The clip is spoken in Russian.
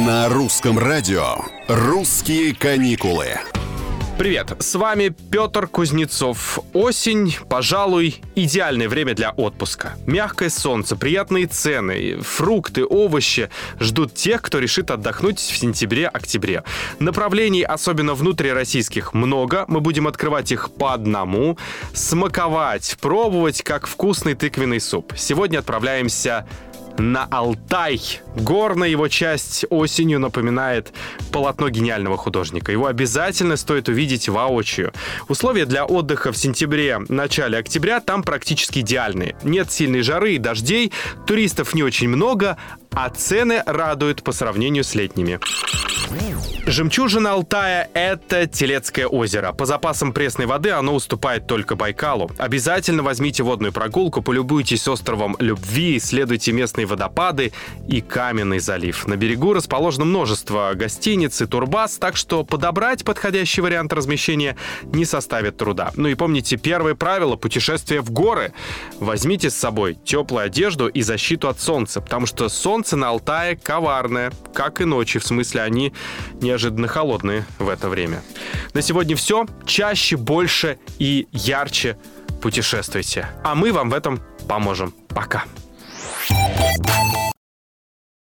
На русском радио «Русские каникулы». Привет, с вами Петр Кузнецов. Осень, пожалуй, идеальное время для отпуска. Мягкое солнце, приятные цены, фрукты, овощи ждут тех, кто решит отдохнуть в сентябре-октябре. Направлений, особенно внутрироссийских, много. Мы будем открывать их по одному, смаковать, пробовать, как вкусный тыквенный суп. Сегодня отправляемся на Алтай. Горная его часть осенью напоминает полотно гениального художника. Его обязательно стоит увидеть воочию. Условия для отдыха в сентябре, начале октября там практически идеальные. Нет сильной жары и дождей, туристов не очень много, а цены радуют по сравнению с летними. Жемчужина Алтая – это Телецкое озеро. По запасам пресной воды оно уступает только Байкалу. Обязательно возьмите водную прогулку, полюбуйтесь островом Любви, исследуйте местные водопады и Каменный залив. На берегу расположено множество гостиниц и турбаз, так что подобрать подходящий вариант размещения не составит труда. Ну и помните первое правило путешествия в горы. Возьмите с собой теплую одежду и защиту от солнца, потому что солнце на Алтае коварное, как и ночи, в смысле они неожиданно холодные в это время. На сегодня все. Чаще, больше и ярче путешествуйте. А мы вам в этом поможем. Пока.